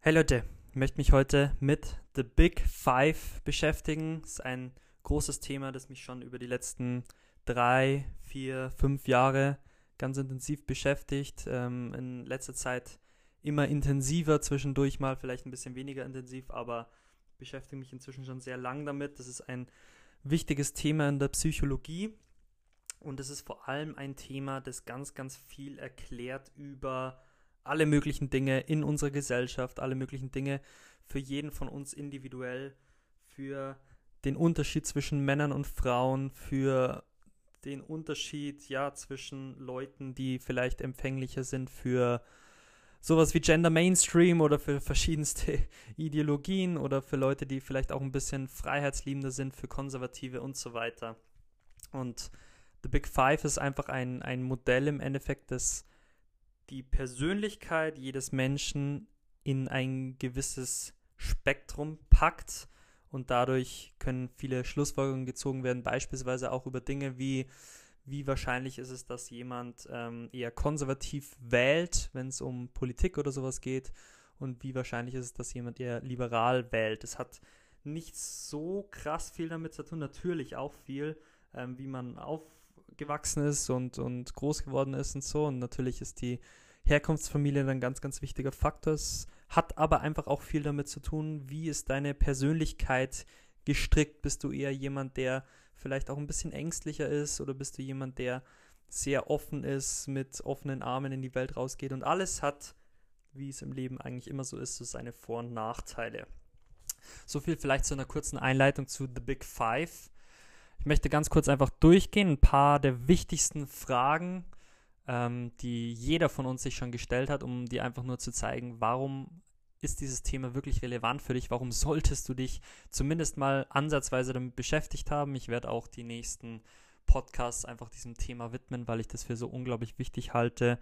Hey Leute, ich möchte mich heute mit The Big Five beschäftigen. Das ist ein großes Thema, das mich schon über die letzten 3, 4, 5 Jahre ganz intensiv beschäftigt. In letzter Zeit immer intensiver, zwischendurch mal vielleicht ein bisschen weniger intensiv, aber beschäftige mich inzwischen schon sehr lang damit. Das ist ein wichtiges Thema in der Psychologie und es ist vor allem ein Thema, das ganz, ganz viel erklärt über alle möglichen Dinge in unserer Gesellschaft, alle möglichen Dinge für jeden von uns individuell, für den Unterschied zwischen Männern und Frauen, für den Unterschied zwischen Leuten, die vielleicht empfänglicher sind für sowas wie Gender Mainstream oder für verschiedenste Ideologien oder für Leute, die vielleicht auch ein bisschen freiheitsliebender sind, für Konservative und so weiter. Und The Big Five ist einfach ein Modell im Endeffekt, das die Persönlichkeit jedes Menschen in ein gewisses Spektrum packt und dadurch können viele Schlussfolgerungen gezogen werden, beispielsweise auch über Dinge wie wahrscheinlich ist es, dass jemand eher konservativ wählt, wenn es um Politik oder sowas geht, und wie wahrscheinlich ist es, dass jemand eher liberal wählt. Es hat nicht so krass viel damit zu tun, natürlich auch viel, wie man aufgewachsen ist und groß geworden ist und so, und natürlich ist die Herkunftsfamilie ein ganz, ganz wichtiger Faktor. Es hat aber einfach auch viel damit zu tun, wie ist deine Persönlichkeit gestrickt. Bist du eher jemand, der vielleicht auch ein bisschen ängstlicher ist, oder bist du jemand, der sehr offen ist, mit offenen Armen in die Welt rausgeht, und alles hat, wie es im Leben eigentlich immer so ist, so seine Vor- und Nachteile. So viel vielleicht zu einer kurzen Einleitung zu The Big Five. Ich möchte ganz kurz einfach durchgehen, ein paar der wichtigsten Fragen, die jeder von uns sich schon gestellt hat, um dir einfach nur zu zeigen, warum ist dieses Thema wirklich relevant für dich, warum solltest du dich zumindest mal ansatzweise damit beschäftigt haben. Ich werde auch die nächsten Podcasts einfach diesem Thema widmen, weil ich das für so unglaublich wichtig halte.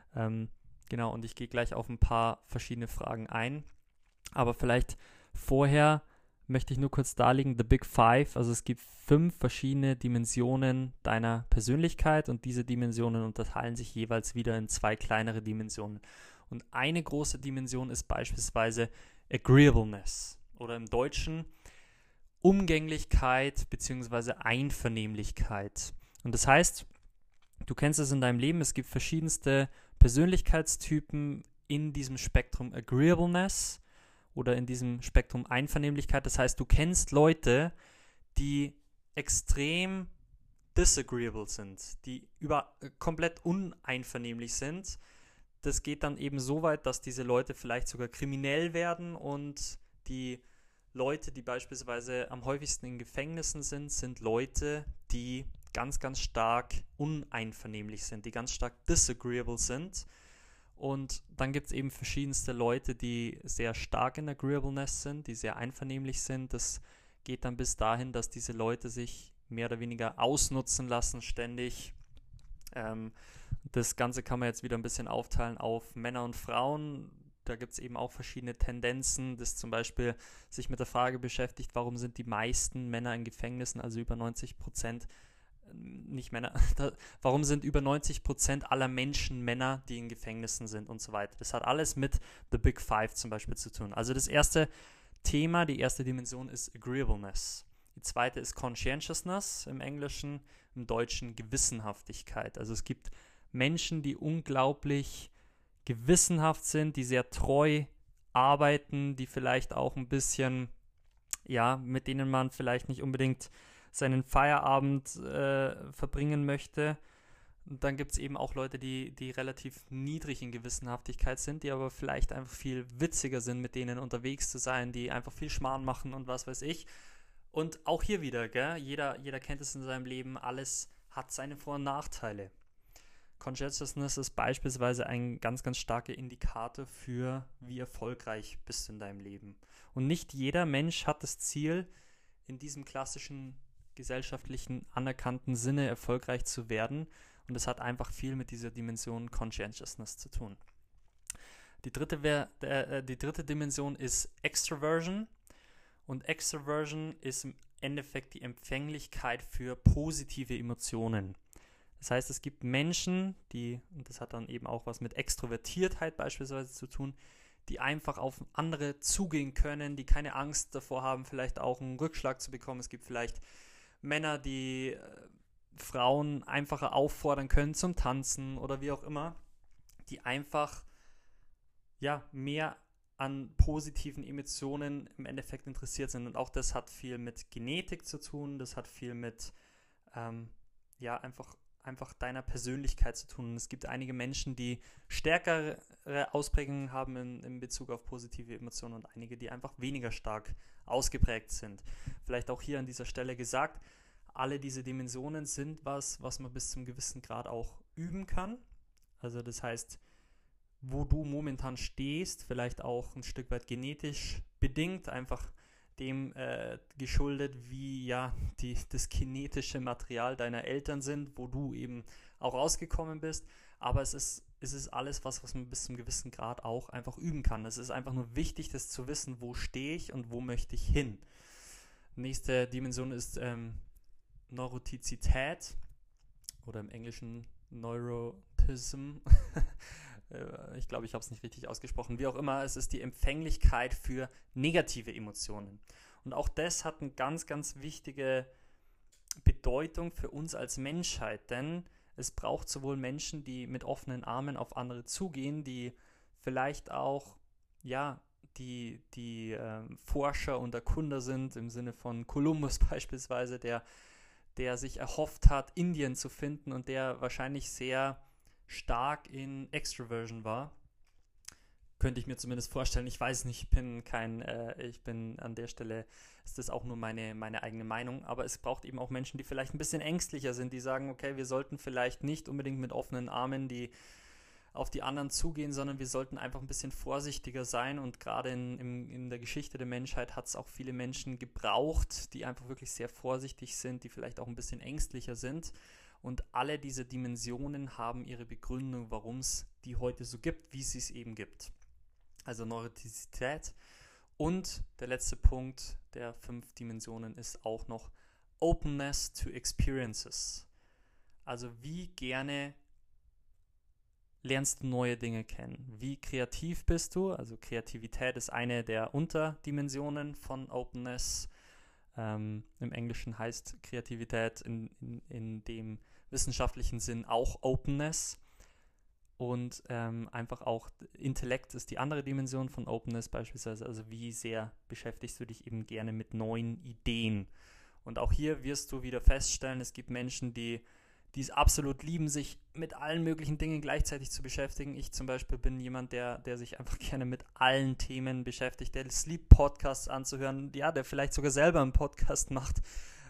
Genau, und ich gehe gleich auf ein paar verschiedene Fragen ein. Aber vielleicht vorher möchte ich nur kurz darlegen, The Big Five, also es gibt 5 verschiedene Dimensionen deiner Persönlichkeit, und diese Dimensionen unterteilen sich jeweils wieder in 2 kleinere Dimensionen. Und eine große Dimension ist beispielsweise Agreeableness oder im Deutschen Umgänglichkeit bzw. Einvernehmlichkeit. Und das heißt, du kennst es in deinem Leben, es gibt verschiedenste Persönlichkeitstypen in diesem Spektrum Agreeableness oder in diesem Spektrum Einvernehmlichkeit. Das heißt, du kennst Leute, die extrem disagreeable sind, die komplett uneinvernehmlich sind. Das geht dann eben so weit, dass diese Leute vielleicht sogar kriminell werden, und die Leute, die beispielsweise am häufigsten in Gefängnissen sind Leute, die ganz, ganz stark uneinvernehmlich sind, die ganz stark disagreeable sind. Und dann gibt es eben verschiedenste Leute, die sehr stark in Agreeableness sind, die sehr einvernehmlich sind. Das geht dann bis dahin, dass diese Leute sich mehr oder weniger ausnutzen lassen ständig. Das Ganze kann man jetzt wieder ein bisschen aufteilen auf Männer und Frauen. Da gibt es eben auch verschiedene Tendenzen, das zum Beispiel sich mit der Frage beschäftigt, warum sind die meisten Männer in Gefängnissen, also über 90%, nicht Männer, warum sind über 90% aller Menschen Männer, die in Gefängnissen sind und so weiter. Das hat alles mit The Big Five zum Beispiel zu tun. Also das erste Thema, die erste Dimension ist Agreeableness. Die zweite ist Conscientiousness im Englischen, im Deutschen Gewissenhaftigkeit. Also es gibt Menschen, die unglaublich gewissenhaft sind, die sehr treu arbeiten, die vielleicht auch ein bisschen, mit denen man vielleicht nicht unbedingt seinen Feierabend verbringen möchte. Und dann gibt es eben auch Leute, die relativ niedrig in Gewissenhaftigkeit sind, die aber vielleicht einfach viel witziger sind, mit denen unterwegs zu sein, die einfach viel Schmarrn machen und was weiß ich. Und auch hier wieder, gell? Jeder kennt es in seinem Leben, alles hat seine Vor- und Nachteile. Conscientiousness ist beispielsweise ein ganz, ganz starker Indikator für, wie erfolgreich bist du in deinem Leben. Und nicht jeder Mensch hat das Ziel, in diesem klassischen gesellschaftlichen anerkannten Sinne erfolgreich zu werden, und es hat einfach viel mit dieser Dimension Conscientiousness zu tun. Die dritte Dimension ist Extroversion, und Extroversion ist im Endeffekt die Empfänglichkeit für positive Emotionen. Das heißt, es gibt Menschen, und das hat dann eben auch was mit Extrovertiertheit beispielsweise zu tun, die einfach auf andere zugehen können, die keine Angst davor haben, vielleicht auch einen Rückschlag zu bekommen. Es gibt vielleicht Männer, die Frauen einfacher auffordern können zum Tanzen oder wie auch immer, die einfach mehr an positiven Emotionen im Endeffekt interessiert sind. Und auch das hat viel mit Genetik zu tun, das hat viel mit einfach deiner Persönlichkeit zu tun. Und es gibt einige Menschen, die stärkere Ausprägungen haben in Bezug auf positive Emotionen und einige, die einfach weniger stark ausgeprägt sind. Vielleicht auch hier an dieser Stelle gesagt, alle diese Dimensionen sind was man bis zum gewissen Grad auch üben kann. Also das heißt, wo du momentan stehst, vielleicht auch ein Stück weit genetisch bedingt, einfach dem geschuldet, wie das kinetische Material deiner Eltern sind, wo du eben auch rausgekommen bist. Aber es ist alles was man bis zum gewissen Grad auch einfach üben kann. Es ist einfach nur wichtig, das zu wissen, wo stehe ich und wo möchte ich hin. Nächste Dimension ist Neurotizität oder im Englischen Neurotism. Ich glaube, ich habe es nicht richtig ausgesprochen. Wie auch immer, es ist die Empfänglichkeit für negative Emotionen. Und auch das hat eine ganz, ganz wichtige Bedeutung für uns als Menschheit, denn es braucht sowohl Menschen, die mit offenen Armen auf andere zugehen, die vielleicht auch, die Forscher und Erkunder sind, im Sinne von Kolumbus beispielsweise, der sich erhofft hat, Indien zu finden und der wahrscheinlich sehr stark in Extroversion war. Könnte ich mir zumindest vorstellen. Ich weiß nicht, ich bin an der Stelle, ist das auch nur meine eigene Meinung, aber es braucht eben auch Menschen, die vielleicht ein bisschen ängstlicher sind, die sagen, okay, wir sollten vielleicht nicht unbedingt mit offenen Armen auf die anderen zugehen, sondern wir sollten einfach ein bisschen vorsichtiger sein und gerade in der Geschichte der Menschheit hat es auch viele Menschen gebraucht, die einfach wirklich sehr vorsichtig sind, die vielleicht auch ein bisschen ängstlicher sind. Und alle diese Dimensionen haben ihre Begründung, warum es die heute so gibt, wie es sie eben gibt. Also Neurotizität. Und der letzte Punkt der 5 Dimensionen ist auch noch Openness to Experiences. Also wie gerne lernst du neue Dinge kennen? Wie kreativ bist du? Also Kreativität ist eine der Unterdimensionen von Openness. Im Englischen heißt Kreativität in dem wissenschaftlichen Sinn auch Openness. Und einfach auch Intellekt ist die andere Dimension von Openness beispielsweise. Also wie sehr beschäftigst du dich eben gerne mit neuen Ideen? Und auch hier wirst du wieder feststellen, es gibt Menschen, die es absolut lieben, sich mit allen möglichen Dingen gleichzeitig zu beschäftigen. Ich zum Beispiel bin jemand, der sich einfach gerne mit allen Themen beschäftigt, der es liebt, Podcasts anzuhören, der vielleicht sogar selber einen Podcast macht.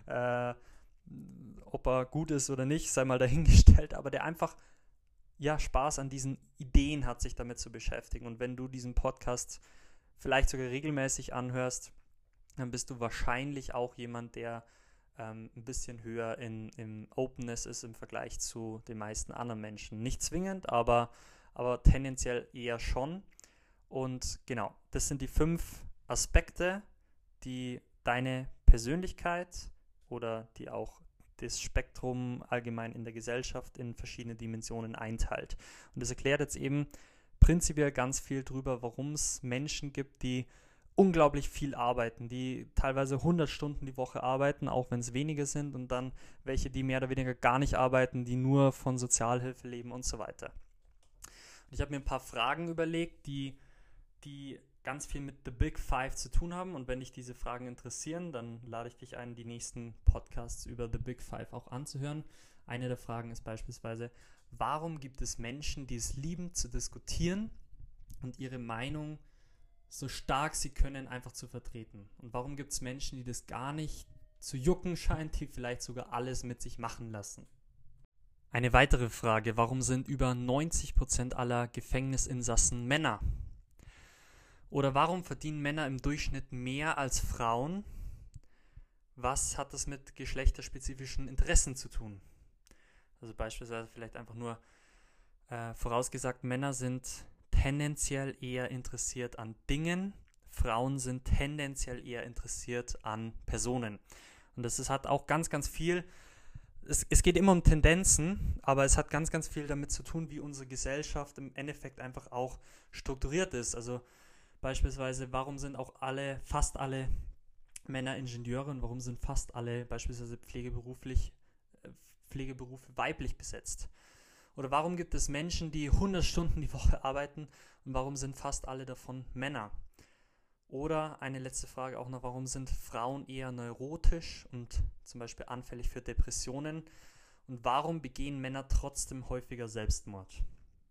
Ob er gut ist oder nicht, sei mal dahingestellt, aber der einfach Spaß an diesen Ideen hat, sich damit zu beschäftigen. Und wenn du diesen Podcast vielleicht sogar regelmäßig anhörst, dann bist du wahrscheinlich auch jemand, der ein bisschen höher in Openness ist im Vergleich zu den meisten anderen Menschen. Nicht zwingend, aber tendenziell eher schon. Und genau, das sind die 5 Aspekte, die deine Persönlichkeit oder die auch das Spektrum allgemein in der Gesellschaft in verschiedene Dimensionen einteilt. Und das erklärt jetzt eben prinzipiell ganz viel drüber, warum es Menschen gibt, die unglaublich viel arbeiten, die teilweise 100 Stunden die Woche arbeiten, auch wenn es wenige sind, und dann welche, die mehr oder weniger gar nicht arbeiten, die nur von Sozialhilfe leben und so weiter. Und ich habe mir ein paar Fragen überlegt, die ganz viel mit The Big Five zu tun haben, und wenn dich diese Fragen interessieren, dann lade ich dich ein, die nächsten Podcasts über The Big Five auch anzuhören. Eine der Fragen ist beispielsweise, warum gibt es Menschen, die es lieben zu diskutieren und ihre Meinung so stark sie können einfach zu vertreten? Und warum gibt es Menschen, die das gar nicht zu jucken scheint, die vielleicht sogar alles mit sich machen lassen? Eine weitere Frage, warum sind über 90% aller Gefängnisinsassen Männer? Oder warum verdienen Männer im Durchschnitt mehr als Frauen? Was hat das mit geschlechterspezifischen Interessen zu tun? Also beispielsweise vielleicht einfach nur vorausgesagt, Männer sind tendenziell eher interessiert an Dingen, Frauen sind tendenziell eher interessiert an Personen. Und das hat auch ganz, ganz viel, es geht immer um Tendenzen, aber es hat ganz, ganz viel damit zu tun, wie unsere Gesellschaft im Endeffekt einfach auch strukturiert ist. Also Beispielsweise, warum sind auch fast alle Männer Ingenieure und warum sind fast alle beispielsweise Pflegeberufe weiblich besetzt? Oder warum gibt es Menschen, die 100 Stunden die Woche arbeiten und warum sind fast alle davon Männer? Oder eine letzte Frage auch noch, warum sind Frauen eher neurotisch und zum Beispiel anfällig für Depressionen? Und warum begehen Männer trotzdem häufiger Selbstmord?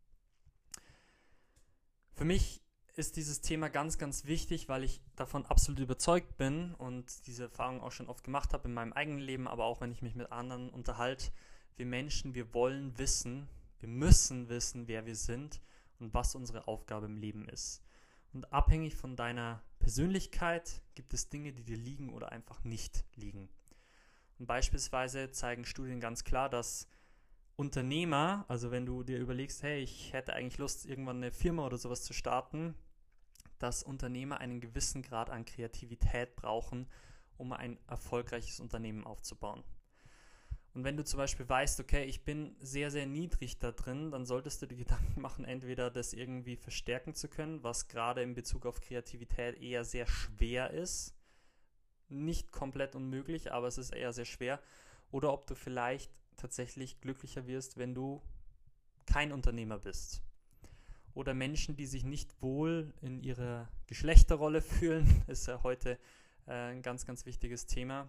Für mich ist dieses Thema ganz, ganz wichtig, weil ich davon absolut überzeugt bin und diese Erfahrung auch schon oft gemacht habe in meinem eigenen Leben, aber auch wenn ich mich mit anderen unterhalte. Wir Menschen, wir wollen wissen, wir müssen wissen, wer wir sind und was unsere Aufgabe im Leben ist. Und abhängig von deiner Persönlichkeit gibt es Dinge, die dir liegen oder einfach nicht liegen. Und beispielsweise zeigen Studien ganz klar, dass Unternehmer, also wenn du dir überlegst, hey, ich hätte eigentlich Lust, irgendwann eine Firma oder sowas zu starten, dass Unternehmer einen gewissen Grad an Kreativität brauchen, um ein erfolgreiches Unternehmen aufzubauen. Und wenn du zum Beispiel weißt, okay, ich bin sehr, sehr niedrig da drin, dann solltest du dir Gedanken machen, entweder das irgendwie verstärken zu können, was gerade in Bezug auf Kreativität eher sehr schwer ist. Nicht komplett unmöglich, aber es ist eher sehr schwer. Oder ob du vielleicht tatsächlich glücklicher wirst, wenn du kein Unternehmer bist. Oder Menschen, die sich nicht wohl in ihrer Geschlechterrolle fühlen, ist ja heute ein ganz, ganz wichtiges Thema,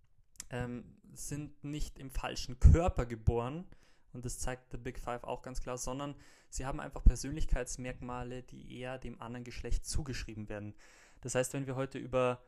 sind nicht im falschen Körper geboren, und das zeigt The Big Five auch ganz klar, sondern sie haben einfach Persönlichkeitsmerkmale, die eher dem anderen Geschlecht zugeschrieben werden. Das heißt, wenn wir heute über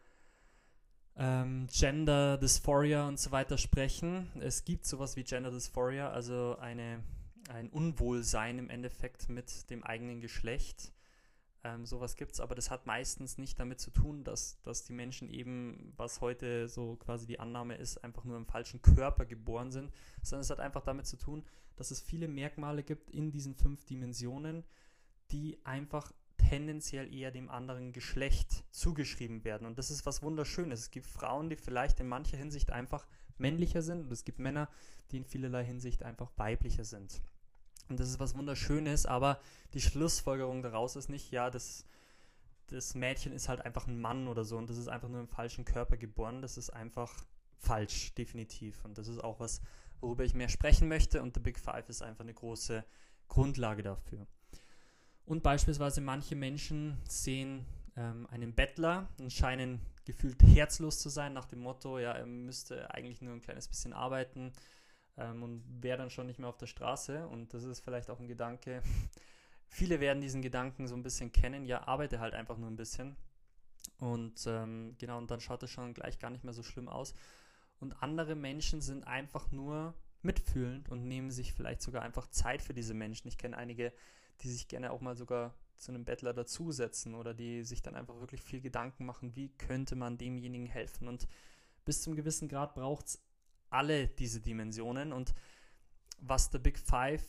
Gender Dysphoria und so weiter sprechen, es gibt sowas wie Gender Dysphoria, also ein Unwohlsein im Endeffekt mit dem eigenen Geschlecht. Sowas gibt es, aber das hat meistens nicht damit zu tun, dass die Menschen eben, was heute so quasi die Annahme ist, einfach nur im falschen Körper geboren sind, sondern es hat einfach damit zu tun, dass es viele Merkmale gibt in diesen 5 Dimensionen, die einfach tendenziell eher dem anderen Geschlecht zugeschrieben werden. Und das ist was Wunderschönes. Es gibt Frauen, die vielleicht in mancher Hinsicht einfach männlicher sind, und es gibt Männer, die in vielerlei Hinsicht einfach weiblicher sind. Und das ist was Wunderschönes, aber die Schlussfolgerung daraus ist nicht, ja, das Mädchen ist halt einfach ein Mann oder so und das ist einfach nur im falschen Körper geboren. Das ist einfach falsch, definitiv. Und das ist auch was, worüber ich mehr sprechen möchte, und The Big Five ist einfach eine große Grundlage dafür. Und beispielsweise manche Menschen sehen einen Bettler und scheinen gefühlt herzlos zu sein, nach dem Motto, ja, er müsste eigentlich nur ein kleines bisschen arbeiten, und wäre dann schon nicht mehr auf der Straße. Und das ist vielleicht auch ein Gedanke. Viele werden diesen Gedanken so ein bisschen kennen. Ja, arbeite halt einfach nur ein bisschen. Und genau, und dann schaut es schon gleich gar nicht mehr so schlimm aus. Und andere Menschen sind einfach nur mitfühlend und nehmen sich vielleicht sogar einfach Zeit für diese Menschen. Ich kenne einige, die sich gerne auch mal sogar zu einem Bettler dazusetzen oder die sich dann einfach wirklich viel Gedanken machen, wie könnte man demjenigen helfen. Und bis zum gewissen Grad braucht es alle diese Dimensionen, und was The Big Five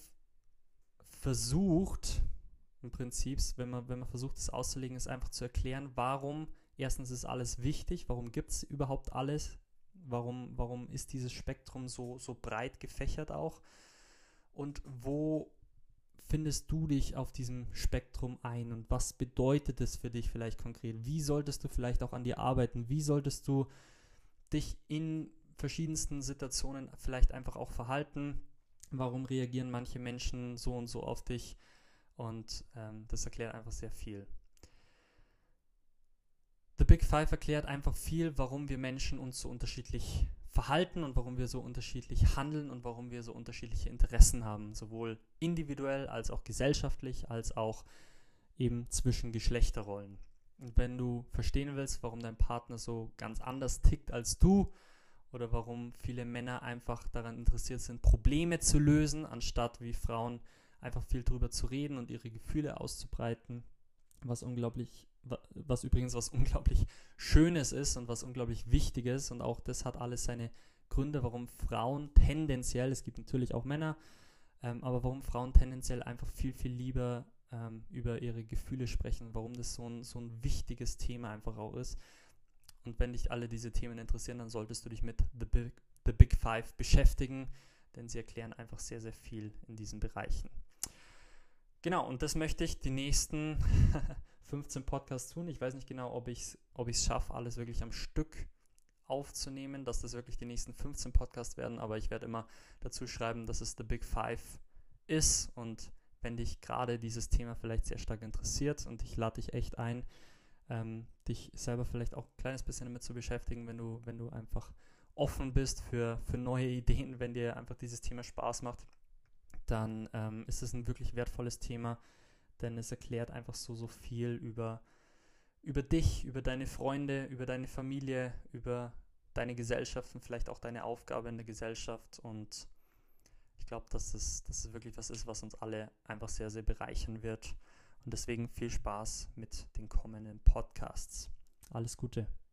versucht, im Prinzip, wenn man versucht, es auszulegen, ist einfach zu erklären, warum, erstens ist alles wichtig, warum gibt es überhaupt alles, warum ist dieses Spektrum so breit gefächert auch, und wo findest du dich auf diesem Spektrum ein und was bedeutet es für dich vielleicht konkret, wie solltest du vielleicht auch an dir arbeiten, wie solltest du dich in verschiedensten Situationen vielleicht einfach auch verhalten, warum reagieren manche Menschen so und so auf dich, und das erklärt einfach sehr viel. The Big Five erklärt einfach viel, warum wir Menschen uns so unterschiedlich verhalten und warum wir so unterschiedlich handeln und warum wir so unterschiedliche Interessen haben, sowohl individuell als auch gesellschaftlich, als auch eben zwischen Geschlechterrollen. Und wenn du verstehen willst, warum dein Partner so ganz anders tickt als du, oder warum viele Männer einfach daran interessiert sind, Probleme zu lösen, anstatt wie Frauen einfach viel drüber zu reden und ihre Gefühle auszubreiten, was übrigens was unglaublich Schönes ist und was unglaublich Wichtiges, und auch das hat alles seine Gründe, warum Frauen tendenziell, es gibt natürlich auch Männer, aber warum Frauen tendenziell einfach viel, viel lieber über ihre Gefühle sprechen, warum das so ein wichtiges Thema einfach auch ist. Und wenn dich alle diese Themen interessieren, dann solltest du dich mit The Big Five beschäftigen, denn sie erklären einfach sehr, sehr viel in diesen Bereichen. Genau, und das möchte ich die nächsten 15 Podcasts tun. Ich weiß nicht genau, ob ich es schaffe, alles wirklich am Stück aufzunehmen, dass das wirklich die nächsten 15 Podcasts werden, aber ich werde immer dazu schreiben, dass es The Big Five ist, und wenn dich gerade dieses Thema vielleicht sehr stark interessiert, und ich lade dich echt ein, dich selber vielleicht auch ein kleines bisschen damit zu beschäftigen, wenn du einfach offen bist für neue Ideen, wenn dir einfach dieses Thema Spaß macht, dann ist es ein wirklich wertvolles Thema, denn es erklärt einfach so viel über dich, über deine Freunde, über deine Familie, über deine Gesellschaft und vielleicht auch deine Aufgabe in der Gesellschaft. Und ich glaube, dass es wirklich was ist, was uns alle einfach sehr, sehr bereichern wird. Und deswegen viel Spaß mit den kommenden Podcasts. Alles Gute.